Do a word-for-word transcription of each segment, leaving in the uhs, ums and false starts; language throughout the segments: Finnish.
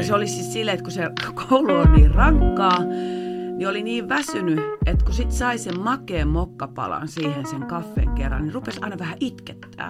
se oli siis silleen, että kun se koulu on niin rankkaa, niin oli niin väsynyt, että kun sit sai sen makeen mokkapalan siihen sen kaffeen kerran, niin rupesi aina vähän itkettää.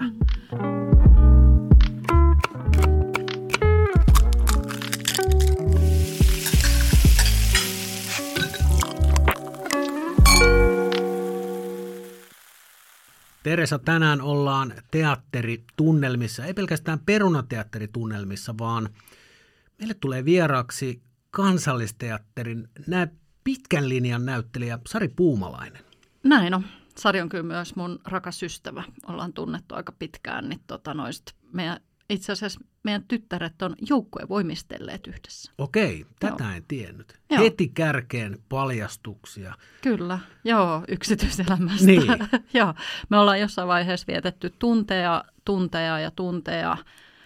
Teresa, tänään ollaan teatteritunnelmissa, ei pelkästään perunateatteritunnelmissa, vaan meille tulee vieraaksi Kansallisteatterin nä- pitkän linjan näyttelijä Sari Puumalainen. Näin on. Sari on kyllä myös mun rakas ystävä. Ollaan tunnettu aika pitkään. Niin tota noista meidän, itse asiassa meidän tyttäret on joukkoja voimistelleet yhdessä. Okei, tätä joo. en tiennyt. Joo. Heti kärkeen paljastuksia. Kyllä, joo, yksityiselämästä. Niin. Joo, me ollaan jossain vaiheessa vietetty tunteja, tunteja ja tunteja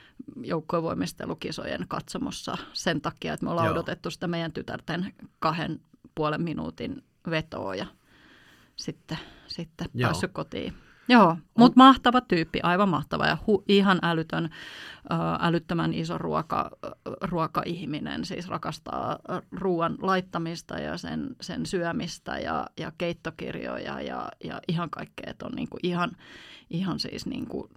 joukkuevoimistelukisojen katsomossa sen takia, että me ollaan Joo. odotettu sitä meidän tytärten kahden puolen minuutin vetoa ja sitten, sitten päässyt kotiin. Joo, mutta mahtava tyyppi, aivan mahtava ja hu, ihan älytön, ä, älyttömän iso ruoka, ruoka-ihminen, siis rakastaa ruoan laittamista ja sen, sen syömistä ja, ja keittokirjoja ja, ja ihan kaikkea, että on niinku ihan, ihan siis niinku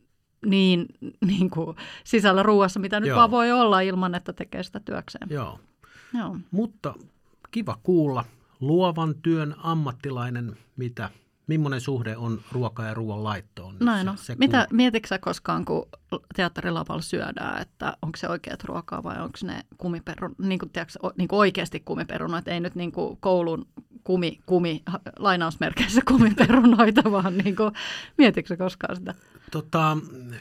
niin, niin kuin sisällä ruuassa, mitä nyt Joo. vaan voi olla ilman, että tekee sitä työkseen. Joo. Joo. Mutta kiva kuulla. Luovan työn ammattilainen, mitä, millainen suhde on ruoka ja ruoan laittoon? Näin on. Mitä mietitkö sä koskaan, kun teatterilavalla syödään, että onko se oikeat ruokaa vai onko ne kumiperun, niin kuin, tiedätkö, niin kuin oikeasti kumiperunoita, ei nyt niin kuin koulun kumi, kumi, lainausmerkeissä kumiperunoita, vaan niin kuin, mietitkö sä koskaan sitä? Tota,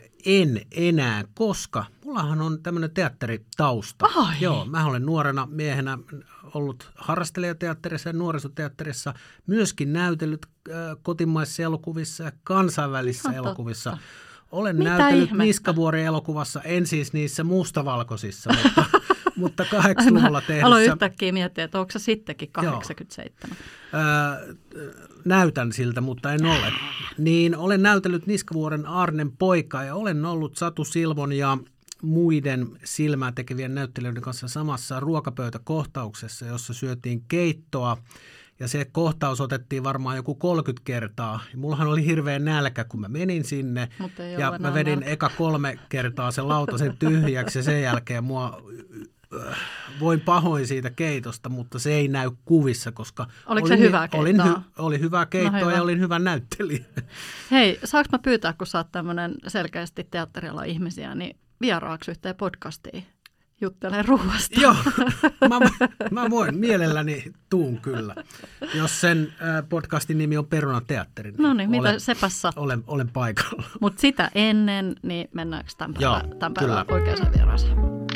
en enää, koska mullahan on tämmöinen teatteritausta. Ai. Joo, mä olen nuorena miehenä ollut harrastelijateatterissa ja nuorisoteatterissa, myöskin näytellyt äh, kotimaisissa elokuvissa ja kansainvälisissä no, elokuvissa. Olen Mitä näytellyt ihmettä? Niskavuori-elokuvassa, en siis niissä mustavalkoisissa, mutta, mutta kahdeksankymmentäluvulla tehdyssä. Aloin yhtäkkiä miettiä, että onko se sittenkin kahdeksankymmentäseitsemän? Öö, näytän siltä, mutta en ole. Niin olen näytellyt Niskavuoren Aarnen poikaa ja olen ollut Satu Silvon ja muiden silmää tekevien näyttelijöiden kanssa samassa ruokapöytäkohtauksessa, jossa syötiin keittoa. Ja se kohtaus otettiin varmaan joku kolmekymmentä kertaa. Ja mullahan oli hirveä nälkä, kun mä menin sinne. Ja mä vedin nälkä. eka kolme kertaa sen lautasen tyhjäksi ja sen jälkeen mua äh, voin pahoin siitä keitosta, mutta se ei näy kuvissa, koska Oliko olin, se hyvää keittoa? Olin hy, oli hyvää keittoa no, hyvä. ja olin hyvä näyttelijä. Hei, saanko mä pyytää, kun sä oot tämmöinen selkeästi teatterialan ihmisiä, niin vieraaksi yhteen podcastiin? Juttelen ruuasta. Joo, mä, mä voin mielelläni tuun kyllä. Jos sen äh, podcastin nimi on Perunateatteri, niin no niin, olen, mitä sepä olen, olen paikalla. Mutta sitä ennen, niin mennäänkö tämän päivän, Joo, tämän päivän oikeaan vieraaseen?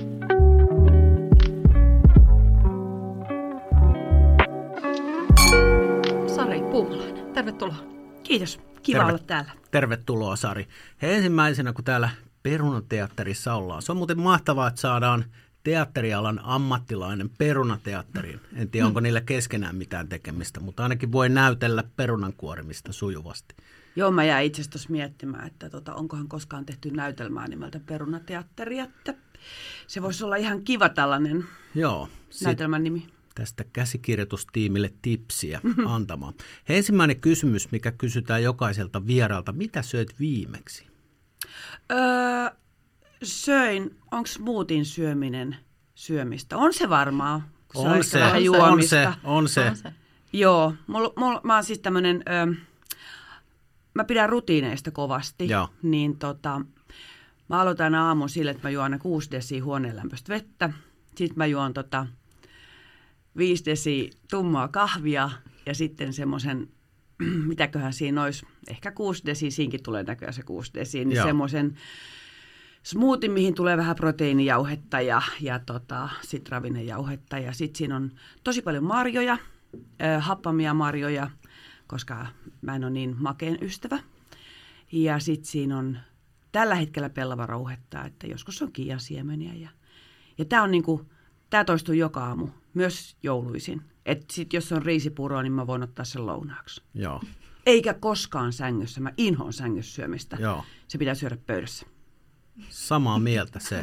Sari Puumalainen, tervetuloa. Kiitos, kiva Terve, olla täällä. Tervetuloa Sari. He ensimmäisenä, kun täällä Perunateatterissa ollaan. Se on muuten mahtavaa, että saadaan teatterialan ammattilainen Perunateatteriin. En tiedä, onko niillä keskenään mitään tekemistä, mutta ainakin voi näytellä perunankuorimista sujuvasti. Joo, mä jäin itse asiassa miettimään, että tota, onkohan koskaan tehty näytelmää nimeltä Perunateatteri, että se voisi olla ihan kiva tällainen Joo, näytelmän nimi. Tästä käsikirjoitustiimille tipsiä antamaan. He, ensimmäinen kysymys, mikä kysytään jokaiselta vieraalta, mitä söit viimeksi? Öö, söin, onko smoothien syöminen syömistä? On se varmaan. On se, on se, on se, on se. On se. Joo, mulla, mulla, mä oon siis tämmönen, öö, mä pidän rutiineista kovasti, Joo. niin tota, mä aloitan aina aamun sille, että mä juon aina kuusi desiä huoneenlämpöistä vettä, sitten mä juon tota viisi desiä tummaa kahvia ja sitten semmoisen, mitäköhän siinä olisi, ehkä kuusi desiä, siinkin tulee näköjään se kuusi desiä, niin semmoisen smoothie, mihin tulee vähän proteiinijauhetta ja, ja tota, sitten ravinnejauhetta. Ja sitten siinä on tosi paljon marjoja, äh, happamia marjoja, koska mä en ole niin makeen ystävä. Ja sitten siinä on tällä hetkellä pellavarouhetta, että joskus on kiiansiemeniä. Ja, ja tämä on niinku, tää toistuu joka aamu, myös jouluisin. Että sitten jos on riisipuroa, niin mä voin ottaa sen lounaaksi. Joo. Eikä koskaan sängyssä. Mä inhoon sängyssä syömistä. Joo. Se pitää syödä pöydässä. Samaa mieltä se.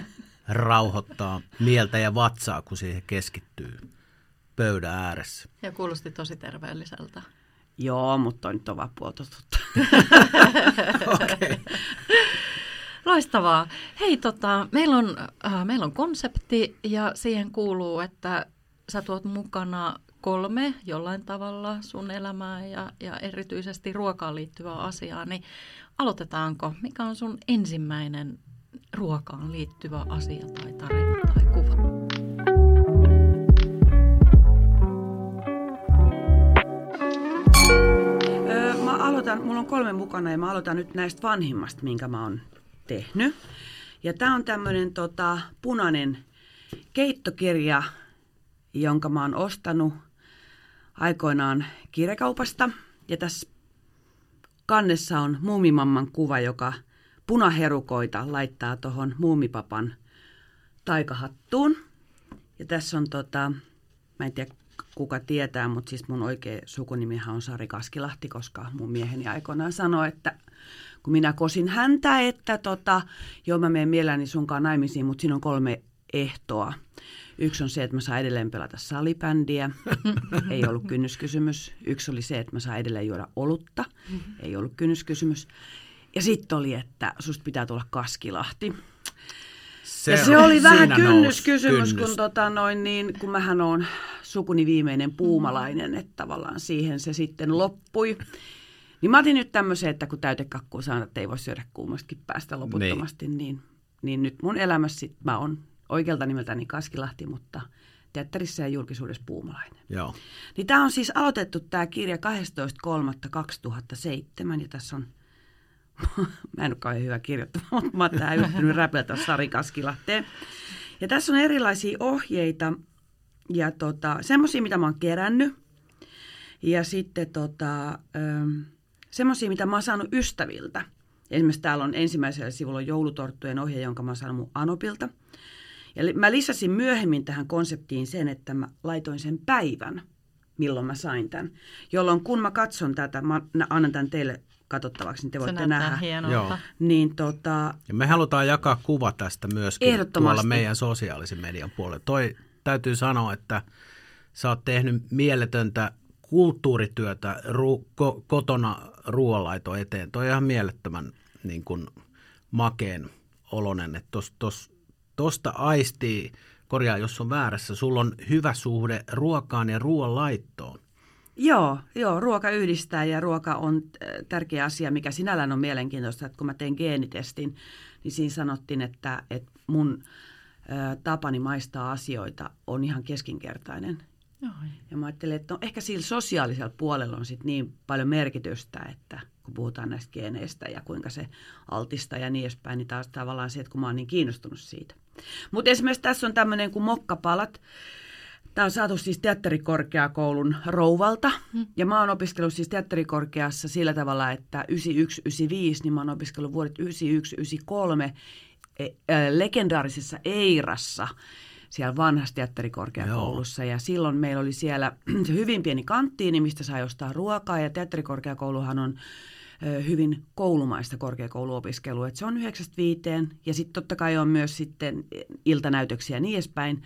rauhoittaa mieltä ja vatsaa, kun siihen keskittyy pöydän ääressä. Ja kuulosti tosi terveelliseltä. Joo, mutta toi nyt on vaan puoltotutta. Okay. Loistavaa. Hei, tota, meillä, on, äh, meillä on konsepti ja siihen kuuluu, että sä tuot mukana kolme jollain tavalla sun elämää ja, ja erityisesti ruokaan liittyvää asiaa. Niin aloitetaanko? Mikä on sun ensimmäinen ruokaan liittyvä asia tai tarina tai kuva? Öö, mä aloitan, mulla on kolme mukana ja mä aloitan nyt näistä vanhimmasta, minkä mä oon tehnyt. Ja tää on tämmönen tota, punainen keittokirja, jonka mä oon ostanut aikoinaan kirjakaupasta. Ja tässä kannessa on muumimamman kuva, joka punaherukoita laittaa tuohon muumipapan taikahattuun. Ja tässä on, tota, mä en tiedä kuka tietää, mutta siis mun oikea sukunimihän on Sari Kaskilahti, koska mun mieheni aikoinaan sanoi, että kun minä kosin häntä, että tota, joo mä menen mielelläni sunkaan naimisiin, mutta siinä on kolme ehtoa. Yksi on se, että mä saan edelleen pelata salibändiä, ei ollut kynnyskysymys. Yksi oli se, että mä saan edelleen juoda olutta, ei ollut kynnyskysymys. Ja sitten oli, että susta pitää tulla Kaskilahti. Se, ja se oli vähän kynnys. kynnyskysymys, kun, tota noin, niin, kun mähän on sukuni viimeinen puumalainen, että tavallaan siihen se sitten loppui. Niin mä otin nyt tämmöisen, että kun täytekakkuun sanon, että ei voi syödä kuumastakin päästä loputtomasti, niin, niin, niin nyt mun elämässä sit mä oon oikealta nimeltäni Kaskilahti, mutta teatterissa ja julkisuudessa puumalainen. Joo. Niin tää on siis aloitettu tää kirja kahdestoista kolmatta kaksituhattaseitsemän ja tässä on, mä en ole kauhean hyvä kirjoittamaan, mutta mä oon tähän yrittänyt räpeltä Sari Kaskilahteen. Ja tässä on erilaisia ohjeita ja tota, semmoisia, mitä mä oon kerännyt ja sitten tota, semmoisia, mitä mä oon saanut ystäviltä. Esimerkiksi täällä on ensimmäisellä sivulla joulutorttujen ohje, jonka mä oon saanut mun Anopilta. Ja mä lisäsin myöhemmin tähän konseptiin sen, että mä laitoin sen päivän, milloin mä sain tämän. Jolloin kun mä katson tätä, mä annan tämän teille katsottavaksi, niin te voitte nähdä. Hienolta. Niin, tota, ja me halutaan jakaa kuva tästä myöskin tuolla meidän sosiaalisen median puolella. Toi täytyy sanoa, että sä oot tehnyt mieletöntä kulttuurityötä ru- ko- kotona ruoanlaito eteen. Toi on ihan mielettömän niin kuin makeen olonen, että tos, tos, tosta aistii, korjaa jos on väärässä, sulla on hyvä suhde ruokaan ja ruoanlaittoon. Joo, joo, ruoka yhdistää ja ruoka on tärkeä asia, mikä sinällään on mielenkiintoista, että kun mä tein geenitestin, niin siinä sanottiin, että, että mun ä, tapani maistaa asioita on ihan keskinkertainen. Oi. Ja mä ajattelin, että no, ehkä sillä sosiaalisella puolella on sit niin paljon merkitystä, että kun puhutaan näistä geeneistä ja kuinka se altistaa ja niin edespäin, niin taas tavallaan se, että kun mä oon niin kiinnostunut siitä. Mutta esimerkiksi tässä on tämmöinen kuin mokkapalat. Tämä on saatu siis teatterikorkeakoulun rouvalta. Hmm. Ja mä oon opiskellut siis teatterikorkeassa sillä tavalla, että yhdeksänkymmentäyksi yhdeksänkymmentäviisi, niin mä oon opiskellut vuodet yhdeksänkymmentäyksi yhdeksänkymmentäkolme e, ä, legendaarisessa Eirassa siellä vanhassa teatterikorkeakoulussa. Joo. Ja silloin meillä oli siellä se hyvin pieni kanttiini, mistä sai ostaa ruokaa. Ja teatterikorkeakouluhan on ö, hyvin koulumaista korkeakouluopiskelua. Et se on yhdeksästä viiteen ja sitten totta kai on myös sitten iltanäytöksiä ja niin edespäin.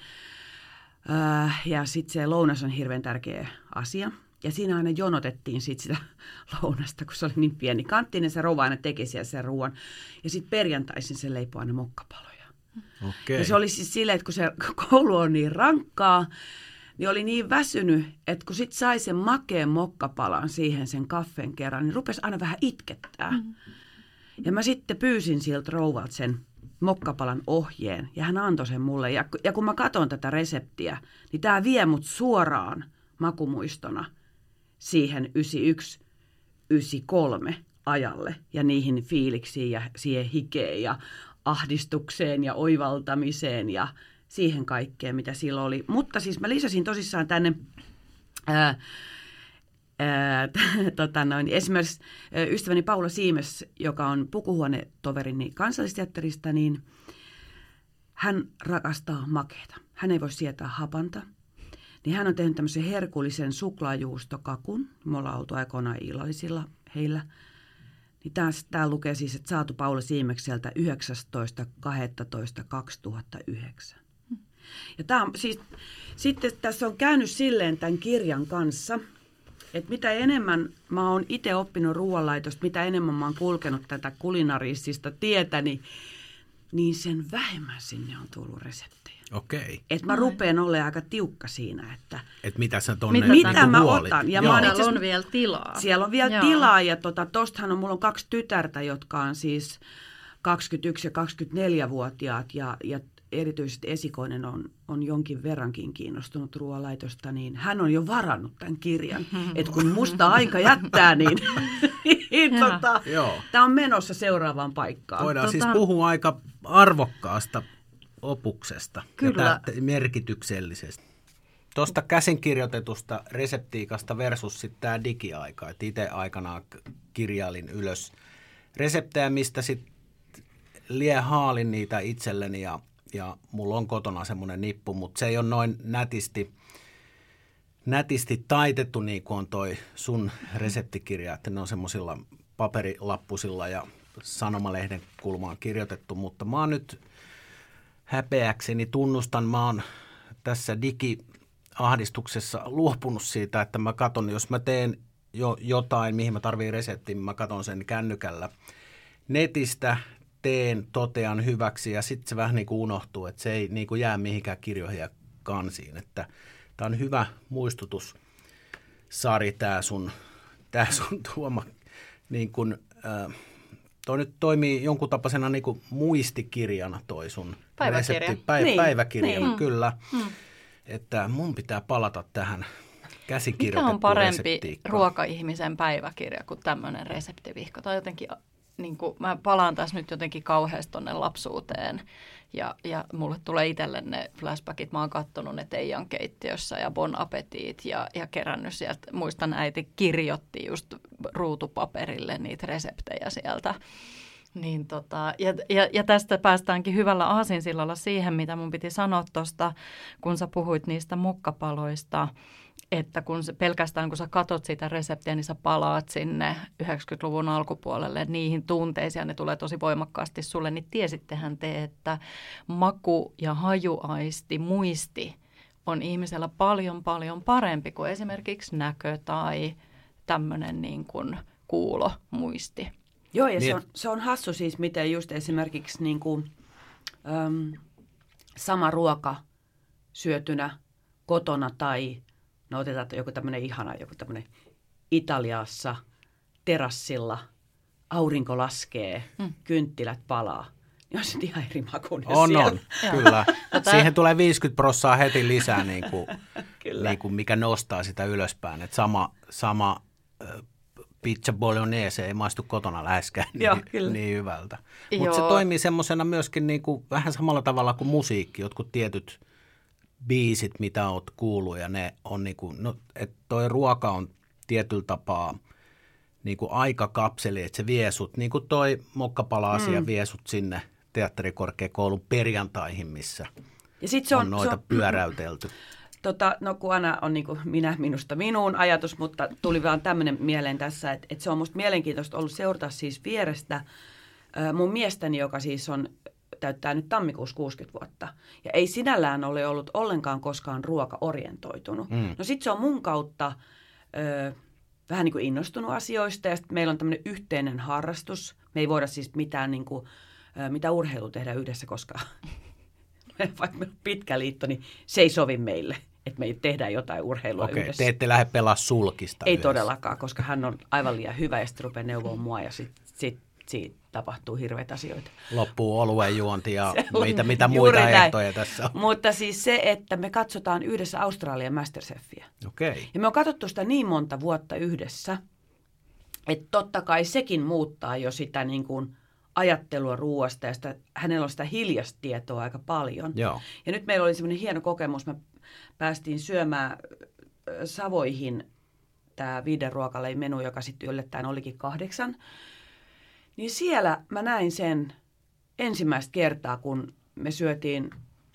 Öö, ja sitten se lounas on hirveän tärkeä asia. Ja siinä aina jonotettiin sit sitä lounasta, kun se oli niin pieni kantti, niin se rouva aina teki siellä sen ruoan. Ja sitten perjantaisin se leipoi aina mokkapaloja. Okay. Ja se oli siis silleen, että kun se koulu on niin rankkaa, niin oli niin väsynyt, että kun sitten sai sen makeen mokkapalan siihen sen kaffen kerran, niin rupesi aina vähän itkettää. Mm. Ja mä sitten pyysin siltä rouvalta sen mokkapalan ohjeen, ja hän antoi sen mulle. Ja, ja kun mä katson tätä reseptiä, niin tämä vie mut suoraan makumuistona siihen yhdeksänkymmentäyksi yhdeksänkymmentäkolme ajalle, ja niihin fiiliksiin, ja siihen hikeen, ja ahdistukseen, ja oivaltamiseen, ja siihen kaikkeen, mitä silloin oli. Mutta siis mä lisäsin tosissaan tänne ää, ää, tota noin, esimerkiksi ystäväni Paula Siimes, joka on pukuhuonetoverini Kansallisteatterista, niin hän rakastaa makeita. Hän ei voi sietää hapanta. Niin hän on tehnyt tämmöisen herkullisen suklaajuustokakun. Me ollaan oltu aikoinaan illallisilla heillä. Niin tämä lukee siis, että saatu Paula Siimekseltä yhdeksästoista kahdestoista kaksituhattayhdeksän. Ja tämä on, siis, sitten tässä on käynyt silleen tämän kirjan kanssa, että mitä enemmän mä oon itse oppinut ruoanlaitosta, mitä enemmän mä oon kulkenut tätä kulinaristista tietä, niin, niin sen vähemmän sinne on tullut reseptejä. Okei. Että mä rupean olemaan aika tiukka siinä, että et mitä sä tonne mitä, mitä niin mä huolit. otan. Ja Joo. mä Siellä on vielä tilaa. Siellä on vielä Joo. tilaa ja tota, tostahan on, mulla on kaksi tytärtä, jotka on siis kaksikymmentäyksi- ja kaksikymmentäneljä-vuotiaat ja, ja erityisesti esikoinen on, on jonkin verrankin kiinnostunut ruoanlaitosta, niin hän on jo varannut tämän kirjan. Että kun musta aika jättää, niin, niin tota, tämä on menossa seuraavaan paikkaan. Voidaan Tota- siis puhua aika arvokkaasta opuksesta Kyllä. ja tä- merkityksellisestä. Tuosta käsinkirjoitetusta reseptiikasta versus sitten tämä digiaika. Et itse aikanaan kirjailin ylös reseptejä, mistä sitten lie haalin niitä itselleni ja, ja mulla on kotona semmoinen nippu, mutta se ei ole noin nätisti, nätisti taitettu niin kuin on toi sun reseptikirja, että ne on semmoisilla paperilappusilla ja sanomalehden kulmaan kirjoitettu, mutta mä oon nyt häpeäkseni tunnustan, mä oon tässä digiahdistuksessa luopunut siitä, että mä katon, jos mä teen jo jotain, mihin mä tarviin reseptin, mä katon sen kännykällä netistä, teen, totean hyväksi ja sitten se vähän niin kuin unohtuu, että se ei niin kuin jää mihinkään kirjoihin ja kansiin. Että tämä on hyvä muistutus, Sari, tämä sun, tää sun tuoma, niin kuin, äh, toi nyt toimii jonkun tapaisena niin kuin muistikirjana toi sun Päiväkirja. resepti, päiv- Niin, päiväkirjana, niin. kyllä. Mm. Että mun pitää palata tähän Mikä käsikirjoitettuun on parempi reseptiikkaan. ruokaihmisen päiväkirja kuin tämmöinen reseptivihko? Tai jotenkin, niin kuin, mä palaan tässä nyt jotenkin kauheasti tuonne lapsuuteen ja, ja mulle tulee itselle ne flashbackit. Mä oon kattonut ne Teijan keittiössä ja Bon Appetit ja, ja kerännyt sieltä. Muistan, äiti kirjoitti just ruutupaperille niitä reseptejä sieltä. Niin tota, ja, ja, ja tästä päästäänkin hyvällä aasinsillalla siihen, mitä mun piti sanoa tuosta, kun sä puhuit niistä mukkapaloista, että kun se, pelkästään kun sä katot sitä reseptiä, niin sä palaat sinne yhdeksänkymmentäluvun alkupuolelle niihin tunteisiin, ja ne tulee tosi voimakkaasti sulle, niin tiesittehän te, että maku- ja hajuaisti, muisti on ihmisellä paljon paljon parempi kuin esimerkiksi näkö tai tämmöinen niin kuin kuulomuisti. Joo, ja Niin. se, on, se on hassu siis, miten just esimerkiksi niin kuin, äm, sama ruoka syötynä kotona tai, no otetaan joku tämmöinen ihana, joku tämmöinen Italiassa terassilla, aurinko laskee, mm. kynttilät palaa. Niin on se ihan eri makuinen On, siellä. on, kyllä. Tätä- Siihen tulee viisikymmentä prosenttia heti lisää, niin kuin, Kyllä. niin kuin mikä nostaa sitä ylöspäin. Et sama sama äh, pizza bolognese ei maistu kotona läheskään Joo, niin, kyllä. niin hyvältä. Mutta se Joo. toimii semmoisena myöskin niin kuin, vähän samalla tavalla kuin musiikki, jotkut tietyt biisit, mitä oot kuullut, ja ne on niin kuin, no, että toi ruoka on tietyllä tapaa niin kuin aikakapseli, että se vie sut, niin kuin toi mokkapala-asia mm. vie sut sinne teatterikorkeakoulun perjantaihin, missä Ja sit se on, on, noita se on, pyöräytelty. Tota, no kun aina on niin kuin minä, minusta, minun ajatus, mutta tuli vaan tämmöinen mieleen tässä, että, että se on musta mielenkiintoista ollut seurata siis vierestä äh, mun miestäni, joka siis on, täyttää nyt tammikuussa kuusikymmentä vuotta. Ja ei sinällään ole ollut ollenkaan koskaan ruoka-orientoitunut. Mm. No sit se on mun kautta äh, vähän niin kuin innostunut asioista ja sitten meillä on tämmöinen yhteinen harrastus. Me ei voida siis mitään niin kuin, äh, mitä urheilua tehdä yhdessä, koska vaikka meillä on pitkä liitto, niin se ei sovi meille, että me tehdään jotain urheilua Okei, yhdessä. te ette lähde pelaa sulkista Ei yhdessä. todellakaan, koska hän on aivan liian hyvä ja sitten rupeaa neuvoa mua ja sitten sit, siitä tapahtuu hirveitä asioita. Loppuu oluen juonti ja Se on mitä, mitä juuri muita näin. ehtoja tässä on. Mutta siis se, että me katsotaan yhdessä Australian Masterchefiä. Okei. Ja me on katsottu sitä niin monta vuotta yhdessä, että totta kai sekin muuttaa jo sitä niin kuin ajattelua ruoasta ja sitä, hänellä on sitä hiljasta tietoa aika paljon. Joo. Ja nyt meillä oli semmoinen hieno kokemus, me päästiin syömään Savoihin tämä viiden ruokalajin menu, joka sitten yllättäen olikin kahdeksan. Niin siellä mä näin sen ensimmäistä kertaa, kun me syötiin,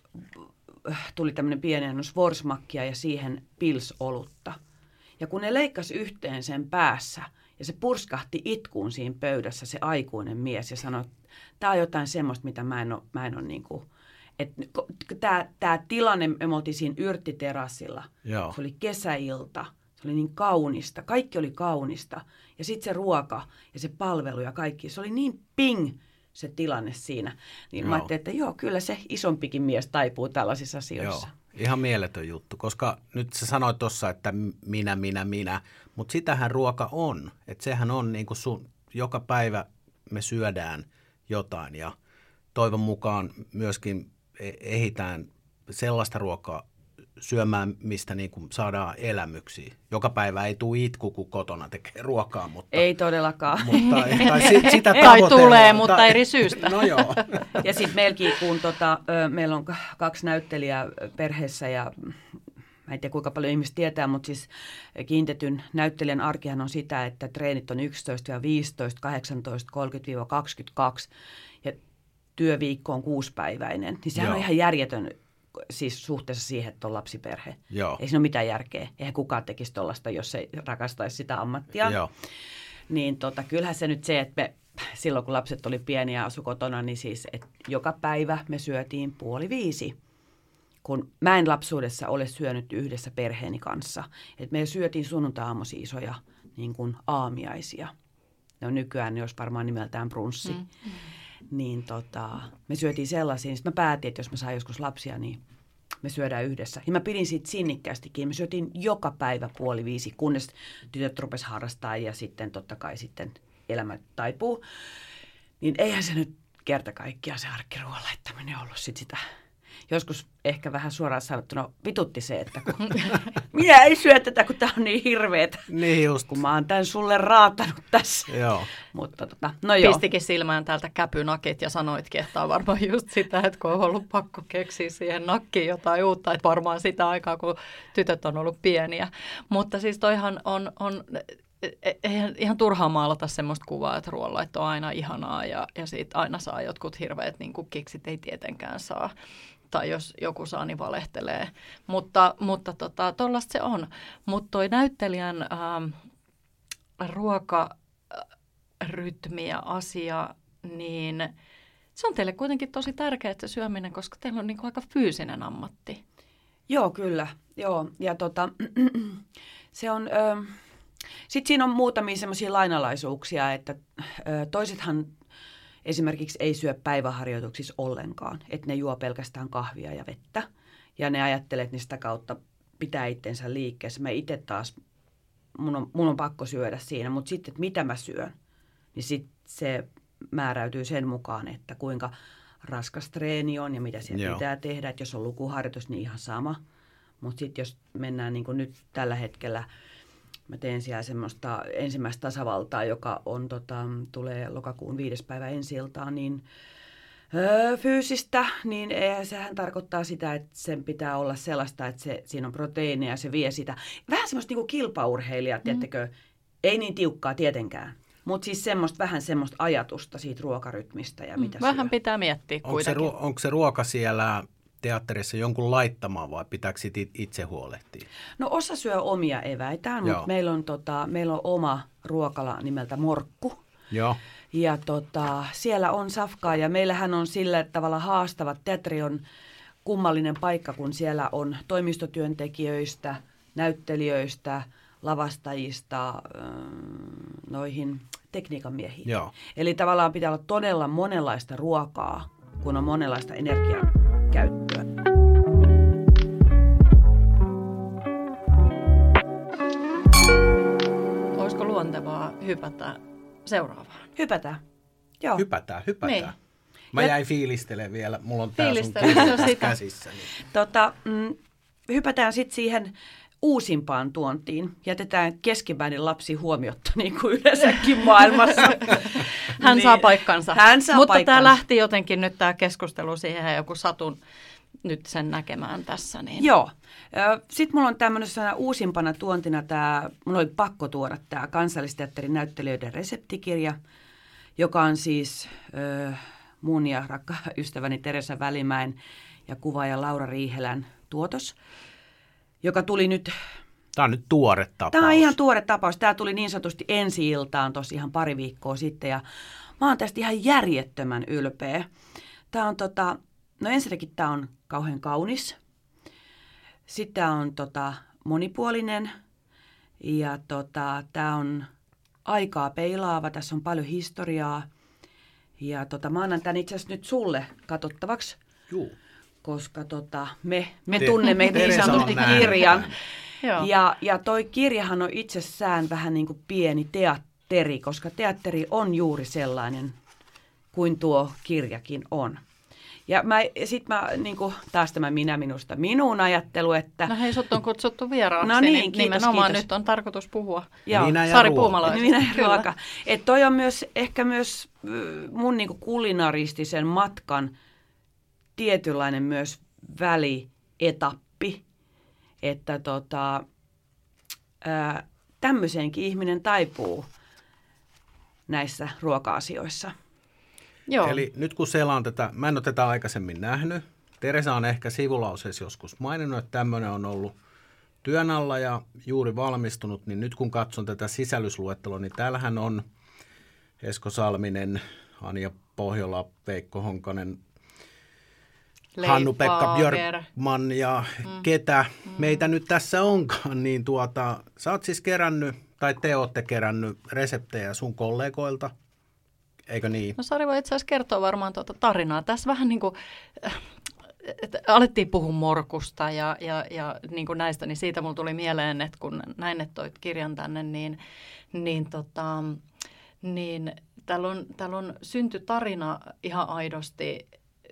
tuli tämmöinen pieni annos vorsmakkia ja siihen pilsolutta. Ja kun ne leikkasi yhteen sen päässä Ja se purskahti itkuun siinä pöydässä, se aikuinen mies, ja sanoi, että tämä on jotain semmoista, mitä mä en ole, mä en ole niin kuin, että tämä, tämä tilanne, me oltiin siinä yrttiterassilla, Joo. se oli kesäilta, se oli niin kaunista, kaikki oli kaunista, ja sitten se ruoka ja se palvelu ja kaikki, se oli niin ping se tilanne siinä. Niin joo. Mä ajattelin, että joo, kyllä se isompikin mies taipuu tällaisissa asioissa. Joo. Ihan mieletön juttu, koska nyt sä sanoit tuossa, että minä, minä, minä, mutta sitähän ruoka on. Että sehän on niin kuin sun, joka päivä me syödään jotain ja toivon mukaan myöskin ehditään sellaista ruokaa syömään, mistä niin kuin saadaan elämyksiä. Joka päivä ei tule itku, kun kotona tekee ruokaa. Mutta, ei todellakaan. Mutta, tai sitä tai tulee, mutta tai, eri syystä. No joo. Ja sitten meilläkin, kun tota, meillä on kaksi näyttelijää perheessä ja mä en tiedä kuinka paljon ihmiset tietää, mutta siis kiintetyn näyttelijän arkihan on sitä, että treenit on yksitoista viisitoista, kahdeksantoista kolmekymmentä kaksikymmentäkaksi ja työviikko on kuusipäiväinen. Niin sehän joo. on ihan järjetön siis suhteessa siihen, että on lapsiperhe. Joo. Ei siinä ole mitään järkeä. Eihän kukaan tekisi tuollaista, jos ei rakastaisi sitä ammattia. Joo. Niin tota, kyllähän se nyt se, että me silloin kun lapset oli pieniä ja asu kotona, niin siis että joka päivä me syötiin puoli viisi. Kun mä en lapsuudessa ole syönyt yhdessä perheeni kanssa. Että me syötiin sunnuntai-aamuisia isoja niin kuin aamiaisia. Ne on nykyään, ne olisi varmaan nimeltään brunssi. Mm. Niin tota, me syötiin sellaisia. Sitten mä päätin, että jos mä saan joskus lapsia, niin me syödään yhdessä. Ja mä pidin siitä sinnikkäästikin. Me syötiin joka päivä puoli viisi, kunnes tytöt rupesi harrastaa ja sitten totta kai sitten elämä taipuu. Niin eihän se nyt kerta kaikkiaan se arkkiruoan laittaminen ollut sit sitä. Joskus ehkä vähän suoraan sanottuna vitutti se, että kun minä ei syö tätä, kun tämä on niin hirveetä. Niin just. Kun mä oon tämän sulle raatanut tässä. Joo. Mutta tota, no joo. Pistikin silmään täältä käpynakit ja sanoitkin, että on varmaan just sitä, että kun on ollut pakko keksiä siihen nakkiin jotain uutta, että varmaan sitä aikaa, kun tytöt on ollut pieniä. Mutta siis toihan on... on eihän ihan turhaa maalata semmoista kuvaa, että ruoanlaitto on aina ihanaa ja, ja siitä aina saa jotkut hirveät niin kuin kiksit ei tietenkään saa. Tai jos joku saa, niin valehtelee. Mutta, mutta tota, tollaista se on. Mutta toi näyttelijän ähm, ruokarytmi ja asia, niin se on teille kuitenkin tosi tärkeää se syöminen, koska teillä on niinku aika fyysinen ammatti. Joo, kyllä. Joo. Ja tota, se on... Ö, sitten siinä on muutamia semmoisia lainalaisuuksia, että ö, toisethan esimerkiksi ei syö päiväharjoituksissa ollenkaan, että ne juo pelkästään kahvia ja vettä. Ja ne ajattelee, että ne sitä kautta pitää itsensä liikkeessä. Mä itse taas, mun on, mun on pakko syödä siinä, mutta sitten, että mitä mä syön, niin sitten se määräytyy sen mukaan, että kuinka raskas treeni on ja mitä siellä Joo. pitää tehdä. Että jos on lukuharjoitus, niin ihan sama. Mutta sitten jos mennään niin kuin nyt tällä hetkellä, mä teen siellä semmoista ensimmäistä tasavaltaa, joka on, tota, tulee lokakuun viides päivä ensi-iltaan, niin öö, fyysistä, niin eihän, sehän tarkoittaa sitä, että sen pitää olla sellaista, että se, siinä on proteiineja ja se vie sitä. Vähän semmoista niin kuin kilpaurheilijaa, mm. tiedättekö, ei niin tiukkaa tietenkään, mutta siis semmoista, vähän semmoista ajatusta siitä ruokarytmistä ja mitä mm, Vähän syö. pitää miettiä onko kuitenkin. Se, onko se ruoka siellä teatterissa jonkun laittamaan vai pitääkö itse huolehtia? No osa syö omia eväitään, mutta meillä on, tota, meillä on oma ruokala nimeltä Morkku. Joo. Ja tota, siellä on safkaa ja meillähän on sillä tavalla haastava. Teatteri on kummallinen paikka, kun siellä on toimistotyöntekijöistä, näyttelijöistä, lavastajista, noihin tekniikan miehiin. Joo. Eli tavallaan pitää olla todella monenlaista ruokaa, kun on monenlaista energian käyttöä. Olisiko luontevaa hypätä seuraavaan? Hypätään. Joo. Hypätään, hypätään. Niin. Mä jäin fiilistelemaan vielä. Mulla on tää sun Fiilistely, kirja sitä. käsissä. Niin. Tota, mm, hypätään sitten siihen uusimpaan tuontiin. Jätetään keskimmäinen lapsi huomiotta, niin kuin yleensäkin maailmassa. Hän niin, saa paikkansa. Hän saa Mutta paikkansa. tämä lähti jotenkin nyt tämä keskustelu siihen, joku satun nyt sen näkemään tässä. Niin. Joo. Sitten mulla on tämmöisenä uusimpana tuontina tämä, mun oli pakko tuoda tämä Kansallisteatterin näyttelijöiden reseptikirja, joka on siis äh, mun ja rakkaan ystäväni Teresa Välimäen ja kuvaaja Laura Riihelän tuotos, joka tuli nyt Tämä on nyt tuore tapaus. Tämä on ihan tuore tapaus. Tämä tuli niin sanotusti ensi-iltaan tosi ihan pari viikkoa sitten ja mä oon tästä ihan järjettömän ylpeä. Tämä on tota, no ensinnäkin tämä on kauhean kaunis. Sitten tämä on tota, monipuolinen ja tota, tämä on aikaa peilaava. Tässä on paljon historiaa ja tota, mä annan tämän itse asiassa nyt sulle katsottavaksi. Juu. Koska tota, me, me tunnemme niin sanotusti kirjan. Ja, ja toi kirjahan on itsessään vähän niin kuin pieni teatteri, koska teatteri on juuri sellainen kuin tuo kirjakin on. Ja sitten mä, niin kuin, taas tämä minä minusta, minun ajattelu, että... No hei, sut on kutsuttu vieraaksi, no niin, niin kiitos, nimenomaan kiitos. Nyt on tarkoitus puhua. Joo. Minä ja Sari ruoka. Puumalaisesta. Minä ja ruoka. Että toi on myös ehkä myös mun niin kuin kulinaristisen matkan tietynlainen myös välietappi, että tota, ää, tämmöiseenkin ihminen taipuu näissä ruoka-asioissa. Joo. Eli nyt kun selaan tätä, mä en ole tätä aikaisemmin nähnyt. Teresa on ehkä sivulauseessa joskus maininnut, että tämmöinen on ollut työn alla ja juuri valmistunut, niin nyt kun katson tätä sisällysluettelua, niin täällähän on Esko Salminen, Anja Pohjola, Veikko Honkanen, Hannu-Pekka Björkman ja mm. ketä mm. meitä nyt tässä onkaan, niin tuota, sä oot siis kerännyt, tai te ootte kerännyt reseptejä sun kollegoilta, eikö niin? No Sari voi itse asiassa kertoa varmaan tuota tarinaa. Tässä vähän niin kuin, että alettiin puhua morkusta ja, ja, ja niin kuin näistä, niin siitä mulla tuli mieleen, että kun näin, että toit kirjan tänne, niin, niin, tota, niin täällä on, täällä on synty tarina ihan aidosti,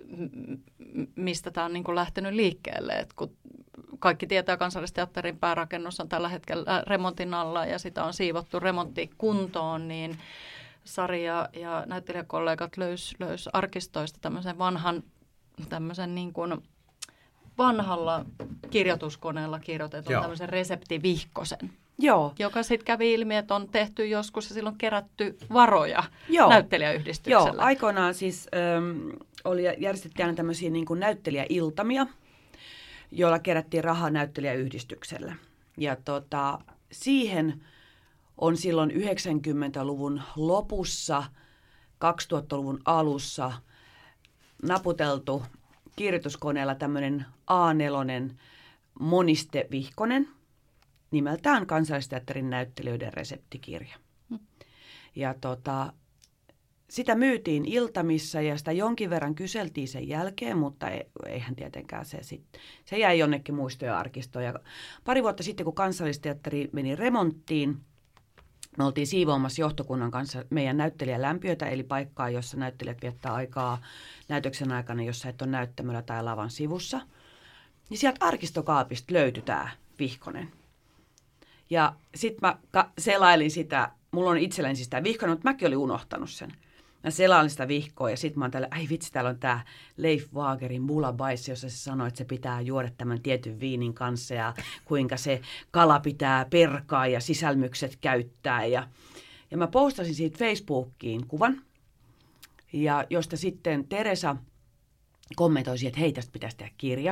mistä tämä on niin kuin lähtenyt liikkeelle. Et kun kaikki tietää, Kansallisteatterin päärakennus on tällä hetkellä remontin alla ja sitä on siivottu remonttikuntoon, niin Sari ja, ja näyttelijäkollegat löys, löys arkistoista tämmöisen vanhan, tämmöisen niin kuin vanhalla kirjoituskoneella kirjoitetun Joo. tämmöisen reseptivihkosen. Joo. Joka sitten kävi ilmi, että on tehty joskus ja silloin kerätty varoja Joo. näyttelijäyhdistykselle. Joo, aikoinaan siis ähm, oli järjestettiin aina tämmöisiä niin kuin näyttelijäiltamia, joilla kerättiin rahaa näyttelijäyhdistykselle. Ja tota, siihen on silloin yhdeksänkymmentäluvun lopussa, kaksituhattaluvun alussa naputeltu kirjoituskoneella tämmöinen A neljä monistevihkonen, nimeltään Kansallisteatterin näyttelijöiden reseptikirja. Hmm. Ja tota, sitä myytiin iltamissa ja sitä jonkin verran kyseltiin sen jälkeen, mutta eihän tietenkään se sitten. Se jäi jonnekin muistojen arkistoon. Ja pari vuotta sitten, kun Kansallisteatteri meni remonttiin, me oltiin siivoamassa johtokunnan kanssa meidän näyttelijälämpiötä, eli paikkaa, jossa näyttelijät viettää aikaa näytöksen aikana, jossa et ole näyttämöllä tai lavan sivussa. Niin sieltä arkistokaapista löytyi tämä vihkonen. Ja sitten mä selailin sitä, mulla on itselläni siis tämä vihkonen, mutta mäkin olin unohtanut sen. Mä selailin sitä vihkoa ja sitten mä oon täällä, ai vitsi, täällä on tämä Leif Wagerin Bulabais, jossa se sanoi, että se pitää juoda tämän tietyn viinin kanssa ja kuinka se kala pitää perkaa ja sisälmykset käyttää. Ja, ja mä postasin siitä Facebookiin kuvan, ja josta sitten Teresa kommentoi, että hei, tästä pitäisi tehdä kirja.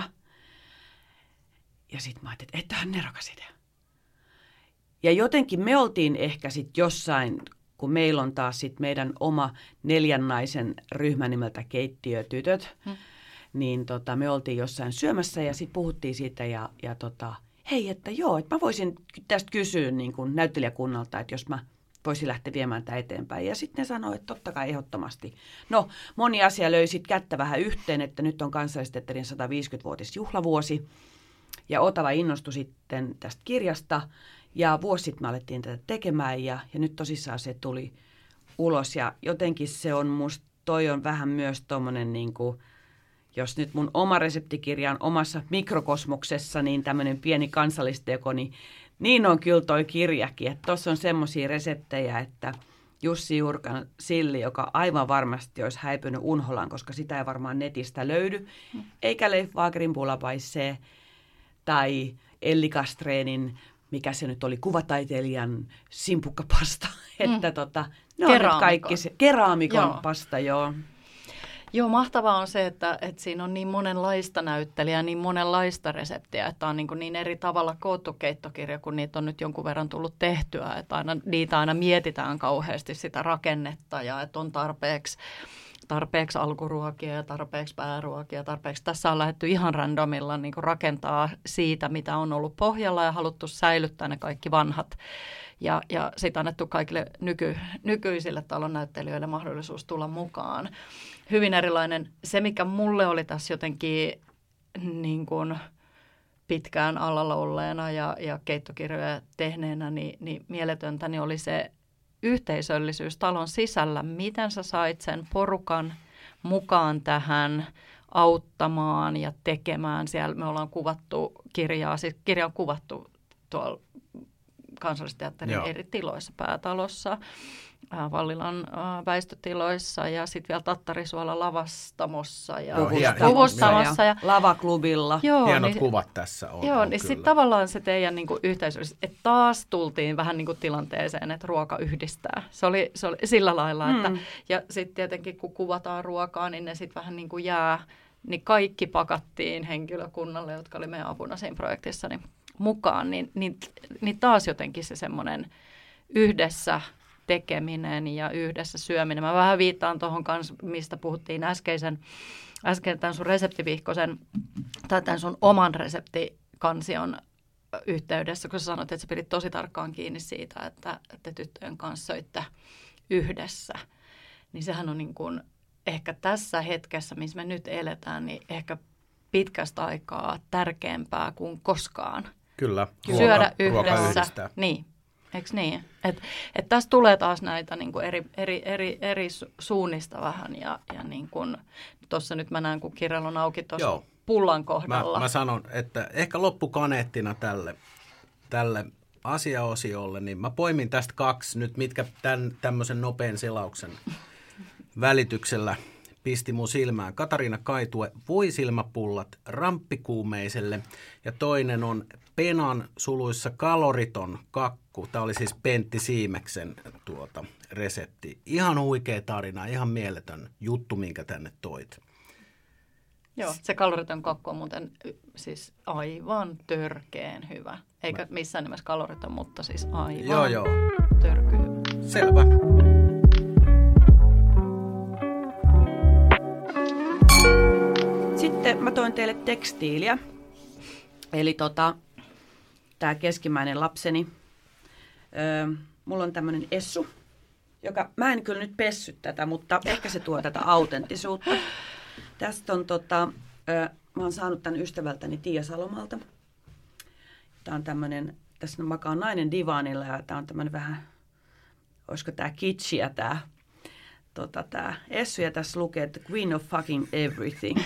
Ja sitten mä ajattelin, että tämä on nerokas idea. Ja jotenkin me oltiin ehkä sitten jossain, kun meillä on taas sit meidän oma neljän naisen ryhmä nimeltä Keittiötytöt, hmm. niin tota, me oltiin jossain syömässä ja sitten puhuttiin siitä ja, ja tota, hei, että joo, että mä voisin tästä kysyä niin kun näyttelijäkunnalta, että jos mä voisin lähteä viemään tätä eteenpäin. Ja sitten ne sanoi, että totta kai ehdottomasti. No, moni asia löi sitten kättä vähän yhteen, että nyt on Kansallisteatterin sataviisikymmenvuotisjuhlavuosi ja Otava innostui sitten tästä kirjasta. Ja vuosi sitten me alettiin tätä tekemään ja, ja nyt tosissaan se tuli ulos. Ja jotenkin se on musta, toi on vähän myös tommonen niin kuin, jos nyt mun oma reseptikirja on omassa mikrokosmoksessa, niin tämmöinen pieni kansallisteko, niin, niin on kyllä toi kirjakin. Että tossa on semmoisia reseptejä, että Jussi Jurkan silli, joka aivan varmasti olisi häipynyt unholaan, koska sitä ei varmaan netistä löydy, hmm. eikä Leif Wagerin Bulabaissee tai Elli Castreenin, mikä se nyt oli, kuvataiteilijan simpukkapasta, mm. että tota, ne on nyt kaikki se, keraamikon joo. pasta, joo. Joo, mahtavaa on se, että, että siinä on niin monenlaista näyttelijää, niin monenlaista reseptiä, että on niin, niin eri tavalla koottu keittokirja, kun niitä on nyt jonkun verran tullut tehtyä, että aina, niitä aina mietitään kauheasti sitä rakennetta ja että on tarpeeksi, tarpeeksi alkuruokia ja tarpeeksi pääruokia, tarpeeksi. Tässä on lähdetty ihan randomilla niin kuin rakentaa siitä, mitä on ollut pohjalla ja haluttu säilyttää ne kaikki vanhat. Ja, ja sitten annettu kaikille nyky, nykyisille talonnäyttelijöille mahdollisuus tulla mukaan. Hyvin erilainen. Se, mikä mulle oli tässä jotenkin niin kuin pitkään alalla olleena ja, ja keittokirjoja tehneenä, niin, niin mieletöntä, niin oli se yhteisöllisyys talon sisällä. Miten sä sait sen porukan mukaan tähän auttamaan ja tekemään? Siellä me ollaan kuvattu kirjaa, siis kirja on kuvattu tuolla Kansallisteatterin Joo. eri tiloissa, Päätalossa, Vallilan väistötiloissa ja sitten vielä Tattarisuolla lavastamossa ja Puvustamossa. Ja, ja Lavaklubilla. Joo, Hienot niin, kuvat tässä on. Joo, on niin sitten tavallaan se teidän niinku yhteisöllisyys, että taas tultiin vähän niinku tilanteeseen, että ruoka yhdistää. Se oli, se oli sillä lailla, että mm. ja sitten tietenkin kun kuvataan ruokaa, niin ne sitten vähän niin kuin jää, niin kaikki pakattiin henkilökunnalle, jotka oli meidän apuna siinä projektissa, niin mukaan, niin, niin, niin taas jotenkin se semmoinen yhdessä tekeminen ja yhdessä syöminen. Mä vähän viittaan tuohon kanssa, mistä puhuttiin äskeisen, äsken tämän sun reseptivihkosen, tai tämän sun oman reseptikansion yhteydessä, kun sä sanoit, että sä pidit tosi tarkkaan kiinni siitä, että te tyttöjen kanssa söitte yhdessä. Niin sehän on niin kuin, ehkä tässä hetkessä, missä me nyt eletään, niin ehkä pitkästä aikaa tärkeämpää kuin koskaan. Kyllä, syödä ruoka, yhdessä. Ruoka niin, eikö niin? Että et tässä tulee taas näitä niin kuin eri, eri, eri, eri suunnista vähän. Ja, ja niin kuin, tuossa nyt mä näen, kun kirjalla on auki tuossa pullan kohdalla. Mä, mä sanon, että ehkä loppukaneettina tälle, tälle asiaosiolle, niin mä poimin tästä kaksi nyt, mitkä tämän tämmöisen nopean selauksen välityksellä pisti mun silmään. Katariina Kaitue, voisilmäpullat ramppikuumeiselle ja toinen on Penan suluissa kaloriton kakku. Tämä oli siis Pentti Siimeksen tuota, resepti. Ihan huikea tarina, ihan mieletön juttu, minkä tänne toit. Joo, se kaloriton kakku on muuten siis aivan törkeen hyvä. Eikä Mä... missään nimessä kaloriton, mutta siis aivan joo, joo. törky hyvä. Selvä. Sitten mä toin teille tekstiiliä. Eli tota, tämä keskimmäinen lapseni. Öö, mulla on tämmöinen essu, joka, mä en kyllä nyt pessy tätä, mutta ehkä se tuo tätä autenttisuutta. Tästä on tota, öö, mä oon saanut tämän ystävältäni Tiia Salomalta. Tää on tämmöinen, tässä makaa nainen divaanilla ja tää on tämmöinen vähän, olisiko tää kitschiä tää, tota, tää essu ja tässä lukee, että Queen of fucking everything.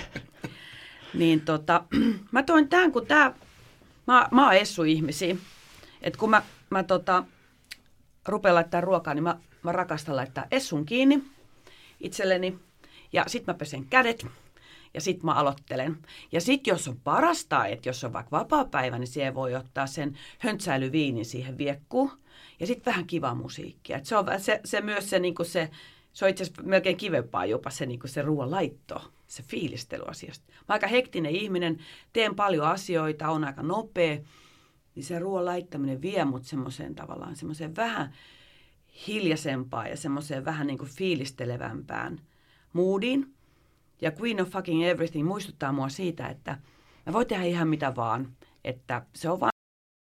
Niin tota, mä toin tämän, kun tää, mä, mä oon essu-ihmisiä, että kun mä, mä tota, rupean laittaa ruokaa, niin mä, mä rakastan laittaa essun kiinni itselleni ja sit mä pesen kädet ja sit mä aloittelen. Ja sit jos on parasta, että jos on vaikka vapaapäivä, niin siihen voi ottaa sen höntsäilyviinin siihen viekkuun ja sit vähän kivaa musiikkia. Et se on se, se myös se, niinku se, se on itse asiassa melkein kivempaa jopa se, niinku se ruoan laitto. Se fiilistely asiasta. Mä oon aika hektinen ihminen, teen paljon asioita, on aika nopea, niin se ruoan laittaminen vie mut semmoiseen tavallaan semmoiseen vähän hiljaisempaan ja semmoiseen vähän niin kuin fiilistelevämpään moodiin. Ja Queen of fucking everything muistuttaa mua siitä, että mä voin tehdä ihan mitä vaan, että se on vaan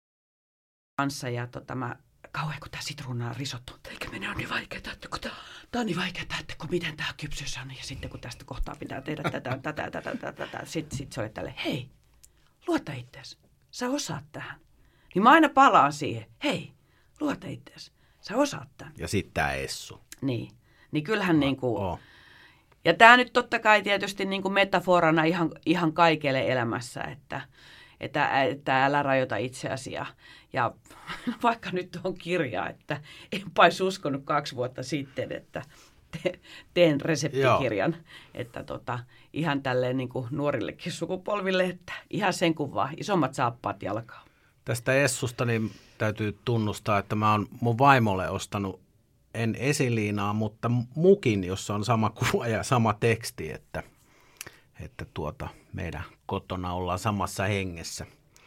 kanssa ja tota mä kauhean kun tää sitruunan risotto, eikä mene on niin vaikeaa, että kun tää, tää on niin vaikeaa, että kun miten tää kypsyys on, ja sitten kun tästä kohtaa pitää tehdä tätä, tätä, tätä, tätä, tätä, sitten sit se oli tälleen, hei, luota itseäsi, sä osaat tähän. Niin mä aina palaan siihen, hei, luota itseäsi, sä osaat tämän. Ja sitten tää essu. Niin, niin kyllähän niin kuin, oh. ja tää nyt totta kai tietysti niin kuin metaforana ihan, ihan kaikelle elämässä, että Että, että älä rajoita itseäsi. Ja, ja vaikka nyt on kirja, että enpä olisi uskonut kaksi vuotta sitten, että te, teen reseptikirjan. Joo. Että tota, ihan tälleen niin kuin nuorillekin sukupolville, että ihan sen kuin vaan isommat saappaat jalkaa. Tästä essusta niin täytyy tunnustaa, että mä oon mun vaimolle ostanut en esiliinaa, mutta mukin, jossa on sama kuva ja sama teksti, että, että tuota, meidän kotona ollaan samassa hengessä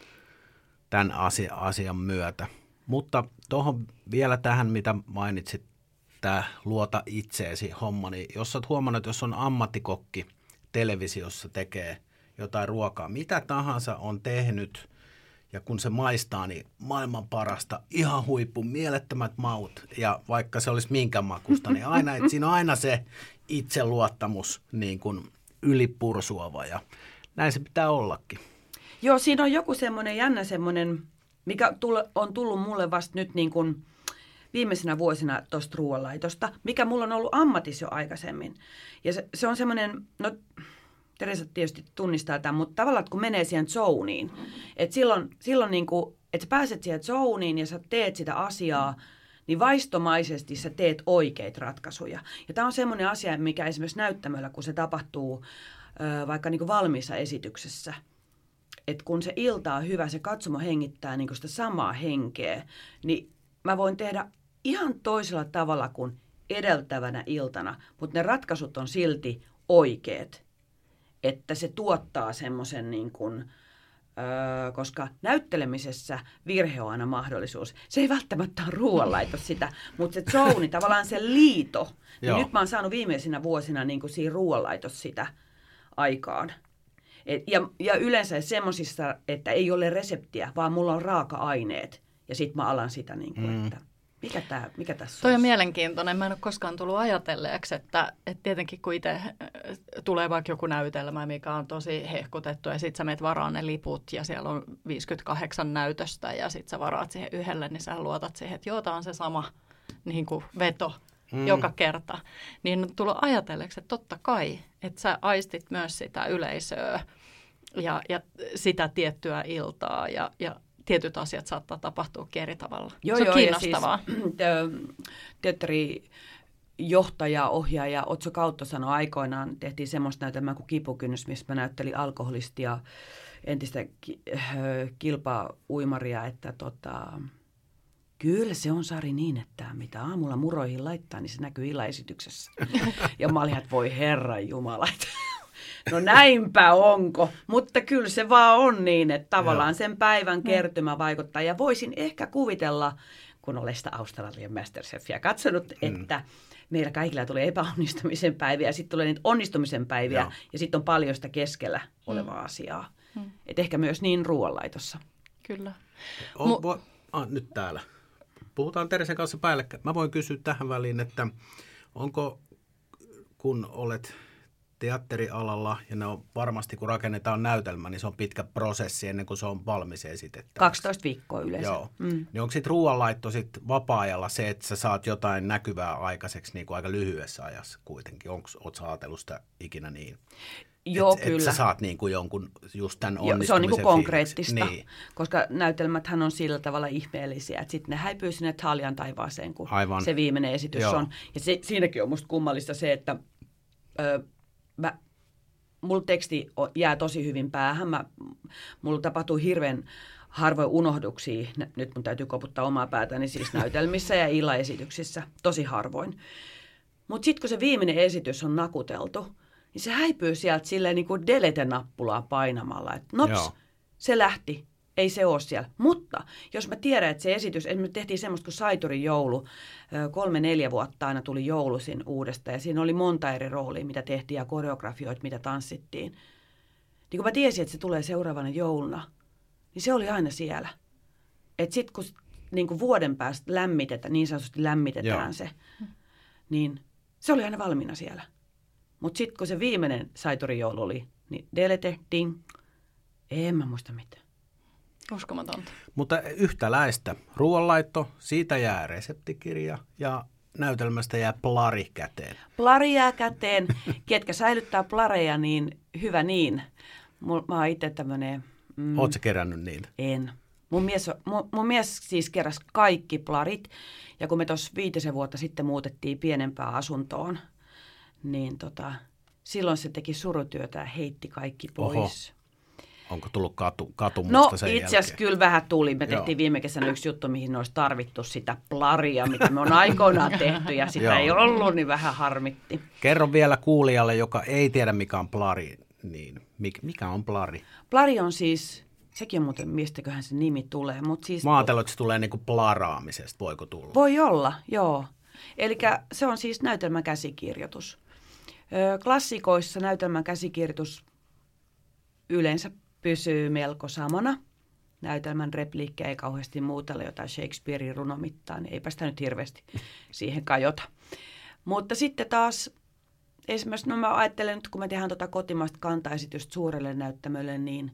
tämän asia, asian myötä. Mutta tuohon vielä tähän, mitä mainitsit, tämä luota itseesi homma, niin jos olet huomannut, että jos on ammattikokki televisiossa tekee jotain ruokaa, mitä tahansa on tehnyt, ja kun se maistaa, niin maailman parasta, ihan huippu, mielettömät maut. Ja vaikka se olisi minkä makusta, niin aina, että siinä on aina se itseluottamus niin kuin ylipursuava. Ja näin se pitää ollakin. Joo, siinä on joku semmoinen jännä semmoinen, mikä on tullut mulle vasta nyt niin kuin viimeisenä vuosina tuosta ruoanlaitosta, mikä mulla on ollut ammatissa jo aikaisemmin. Ja se, se on semmoinen, no Teresa tietysti tunnistaa tämän, mutta tavallaan, että kun menee siihen zoniin, että silloin, silloin niin kuin, että sä pääset siihen zoniin ja sä teet sitä asiaa, niin vaistomaisesti sä teet oikeita ratkaisuja. Ja tämä on semmoinen asia, mikä esimerkiksi näyttämöllä, kun se tapahtuu ö, vaikka niin kuin valmiissa esityksessä, että kun se ilta on hyvä, se katsomo hengittää niin kuin sitä samaa henkeä, niin mä voin tehdä ihan toisella tavalla kuin edeltävänä iltana, mutta ne ratkaisut on silti oikeat. Että se tuottaa semmoisen, niin kuin, öö, koska näyttelemisessä virhe on aina mahdollisuus. Se ei välttämättä ole ruoanlaito sitä, mutta se zoni, tavallaan se liito. Niin nyt mä oon saanut viimeisinä vuosina niin kuin siinä ruoanlaitossa sitä aikaan. Et, ja, ja yleensä semmoisissa, että ei ole reseptiä, vaan mulla on raaka-aineet. Ja sit mä alan sitä, niin kuin, mm. että mikä, tää, mikä tässä Toi on olisi? mielenkiintoinen. Mä en ole koskaan tullut ajatelleeksi, että, että tietenkin kun itse tulee vaikka joku näytelmä, mikä on tosi hehkutettu, ja sit sä meet varaan ne liput, ja siellä on viisikymmentäkahdeksan näytöstä, ja sit sä varaat siihen yhdelle, niin sä luotat siihen, että joo, tää on se sama niin kuin veto mm. joka kerta. Niin on tullut ajatelleeksi, että totta kai, että sä aistit myös sitä yleisöä, ja, ja sitä tiettyä iltaa, ja, ja tietyt asiat saattaa tapahtua eri tavalla. Joo, se on joo, kiinnostavaa. Ja siis, teatterijohtaja, ohjaaja Otso Kautto sanoi aikoinaan, tehtiin semmoista näytelmää kuin Kipukynnys, missä mä näyttelin alkoholistia, entistä ki- kilpauimaria, että tota, kyllä se on, Sari, niin, että mitä aamulla muroihin laittaa, niin se näkyy illaesityksessä. Ja mä olin, että voi herran jumala, no näinpä onko, mutta kyllä se vaan on niin, että tavallaan sen päivän kertymä vaikuttaa. Ja voisin ehkä kuvitella, kun olen sitä Australian Masterchefia katsonut, mm. että meillä kaikilla tulee epäonnistumisen päiviä ja sitten tulee niitä onnistumisen päiviä ja, ja sitten on paljon sitä keskellä olevaa mm. asiaa. Mm. Et ehkä myös niin ruoanlaitossa. Kyllä. On, Mu- vo- ah, nyt täällä. Puhutaan Teresen kanssa päällekkäin. Mä voin kysyä tähän väliin, että onko, kun olet teatterialalla, ja ne on varmasti, kun rakennetaan näytelmä, niin se on pitkä prosessi ennen kuin se on valmis esitettäväksi. kaksitoista viikkoa yleensä. Joo. Mm. Niin onko sitten ruoanlaitto sit vapaa-ajalla se, että sä saat jotain näkyvää aikaiseksi niin kuin aika lyhyessä ajassa kuitenkin? Oletko sä ajatellut sitä ikinä niin? Joo, et, kyllä. Että sä saat niin kuin jonkun just tämän onnistumisen Joo, se on niin kuin konkreettista, niin. Koska näytelmäthän on sillä tavalla ihmeellisiä, että sitten ne häipyy sinne Taalian taivaaseen, kun Aivan. se viimeinen esitys Joo. on. Ja se, siinäkin on musta kummallista se, että ö, mä, mulla teksti jää tosi hyvin päähän. Mä, mulla tapahtuu hirveän harvoin unohduksia. Nyt mun täytyy koputtaa omaa päätäni siis näytelmissä ja illaesityksissä. Tosi harvoin. Mutta sitten kun se viimeinen esitys on nakuteltu, niin se häipyy sieltä silleen niin kuin delete-nappulaa painamalla. Että nops, Joo. se lähti. Ei se ole siellä. Mutta jos mä tiedän, että se esitys, me tehtiin semmoista kuin Saiturin joulu, kolme, neljä vuotta aina tuli joulusin uudestaan. Ja siinä oli monta eri roolia, mitä tehtiin ja koreografioita, mitä tanssittiin. Niin kun mä tiesin, että se tulee seuraavana jouluna, niin se oli aina siellä. Että sitten kun niin kun vuoden päästä lämmitetään, niin sanotusti lämmitetään Joo. se, niin se oli aina valmiina siellä. Mutta sitten kun se viimeinen Saiturin joulu oli, niin delete, ding, en mä muista mitään. Uskomatonta. Mutta yhtäläistä. Ruoanlaitto, siitä jää reseptikirja ja näytelmästä jää plari käteen. Plari jää käteen. Ketkä säilyttää plareja, niin hyvä niin. Mä oon itse tämmönen... Mm, Ootko kerännyt niitä? En. Mun mies, mun, mun mies siis keräsi kaikki plarit. Ja kun me tuossa viitisen vuotta sitten muutettiin pienempään asuntoon, niin tota, silloin se teki surutyötä ja heitti kaikki pois. Oho. Onko tullut katu, katumusta no, sen itse asiassa jälkeen? kyllä vähän tuli. Me tehtiin Joo. viime kesänä yksi juttu, mihin olisi tarvittu sitä plaria, mitä me on aikoinaan tehty, ja sitä ei ollut, niin vähän harmitti. Kerro vielä kuulijalle, joka ei tiedä, mikä on plari, niin mikä on plari? Plari on siis, sekin on muuten, mistäköhän se nimi tulee. Mutta siis, mä ajattelin, että se tulee niin kuin plaraamisesta, voiko tulla? Voi olla, joo. Eli se on siis näytelmän käsikirjoitus. Klassikoissa näytelmän käsikirjoitus yleensä pysyy melko samana. Näytelmän repliikkejä ei kauheasti muutella, jotain Shakespearein runomittaa, niin eipä sitä nyt hirveästi siihen kajota. Mutta sitten taas, esimerkiksi no mä ajattelen nyt, kun me tehdään tuota kotimaista kantaesitystä suurelle näyttämölle, niin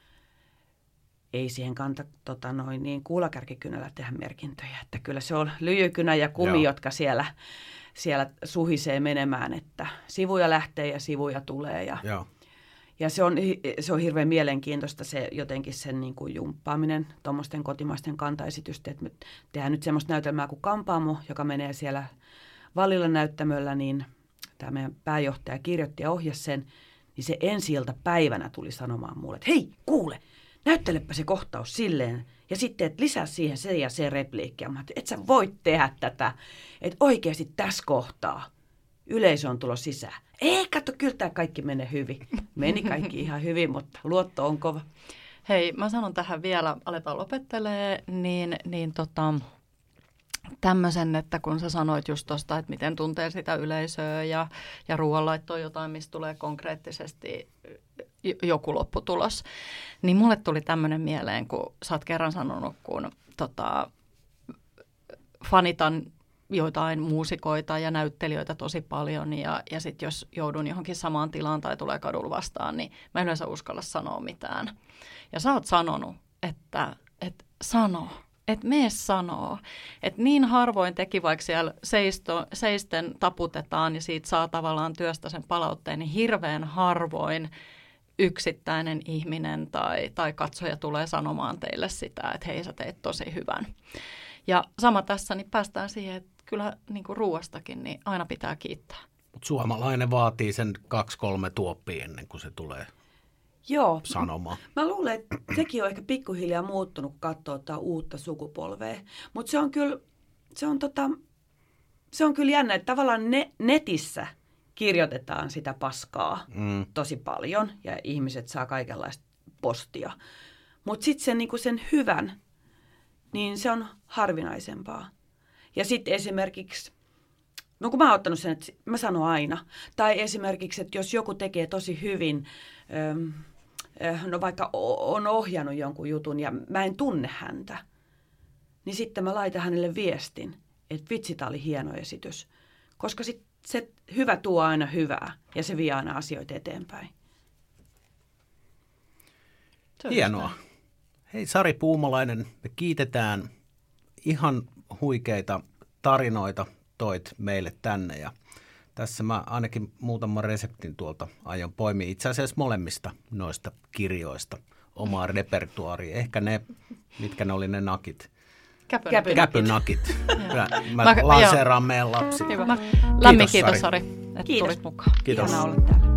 ei siihen kanta tota noin, niin kuulakärkikynällä tehdä merkintöjä. Että kyllä se on lyijykynä ja kumi, Joo. jotka siellä, siellä suhisee menemään, että sivuja lähtee ja sivuja tulee. Ja, Joo. ja se, on, se on hirveän mielenkiintoista se jotenkin sen niin kuin jumppaaminen tuommoisten kotimaisten kantaesitysten. Että me tehdään nyt semmoista näytelmää kuin Kampaamo, joka menee siellä Vallilla näyttämöllä, niin tämä meidän pääjohtaja kirjoitti ja ohjasi sen, niin se ensi-ilta päivänä tuli sanomaan mulle, että hei, kuule, näyttelepä se kohtaus silleen, ja sitten, että lisää siihen se ja se repliikki. Ja mä ajattelin, että sä voit tehdä tätä, että oikeasti tässä kohtaa yleisö on tulossa sisään. Ei, katso, kyllä tämä kaikki menee hyvin. Meni kaikki ihan hyvin, mutta luotto on kova. Hei, mä sanon tähän vielä, aletaan lopettelee, niin, niin tota, tämmöisen, että kun sä sanoit just tuosta, että miten tuntee sitä yleisöä ja, ja ruoanlaitto on jotain, mistä tulee konkreettisesti joku lopputulos, niin mulle tuli tämmöinen mieleen, kun sä oot kerran sanonut, kun tota, fanitan joitain muusikoita ja näyttelijöitä tosi paljon ja, ja sitten jos joudun johonkin samaan tilaan tai tulee kadulla vastaan, niin mä en yleensä uskalla sanoa mitään. Ja sä oot sanonut, että, että sano, että mee sanoo. Että niin harvoin teki, vaikka siellä seisto, seisten taputetaan ja siitä saa tavallaan työstä sen palautteen, niin hirveän harvoin yksittäinen ihminen tai, tai katsoja tulee sanomaan teille sitä, että hei, sä teet tosi hyvän. Ja sama tässä, niin päästään siihen, että kyllä niin kuin ruuastakin niin aina pitää kiittää. Mut suomalainen vaatii sen kaksi kolme tuoppia ennen kuin se tulee Joo, sanomaan. Mä, mä luulen, että sekin on ehkä pikkuhiljaa muuttunut, kun katsoo tätä uutta sukupolvea. Mutta se on kyllä, se on tota, se on kyllä jännä, että tavallaan ne, netissä kirjoitetaan sitä paskaa mm. tosi paljon ja ihmiset saa kaikenlaista postia. Mutta sitten sen, niinku sen hyvän, niin se on harvinaisempaa. Ja sitten esimerkiksi, no kun mä oon ottanut sen, että mä sanon aina, tai esimerkiksi, että jos joku tekee tosi hyvin, no vaikka on ohjannut jonkun jutun ja mä en tunne häntä, niin sitten mä laitan hänelle viestin, että vitsi, tää oli hieno esitys. Koska sit se hyvä tuo aina hyvää ja se vie aina asioita eteenpäin. Hienoa. Hei Sari Puumalainen, me kiitetään, ihan huikeita tarinoita toit meille tänne ja tässä mä ainakin muutaman reseptin tuolta aion poimia itse asiassa molemmista noista kirjoista omaa repertuaaria. Ehkä ne, mitkä ne oli ne nakit. Käpynakit. Käpynakit. Mä, mä lanseeraan meidän lapsille. Lämmin kiitos Sari, että kiitos. tulit mukaan. Kiitos. Ihana olla täällä.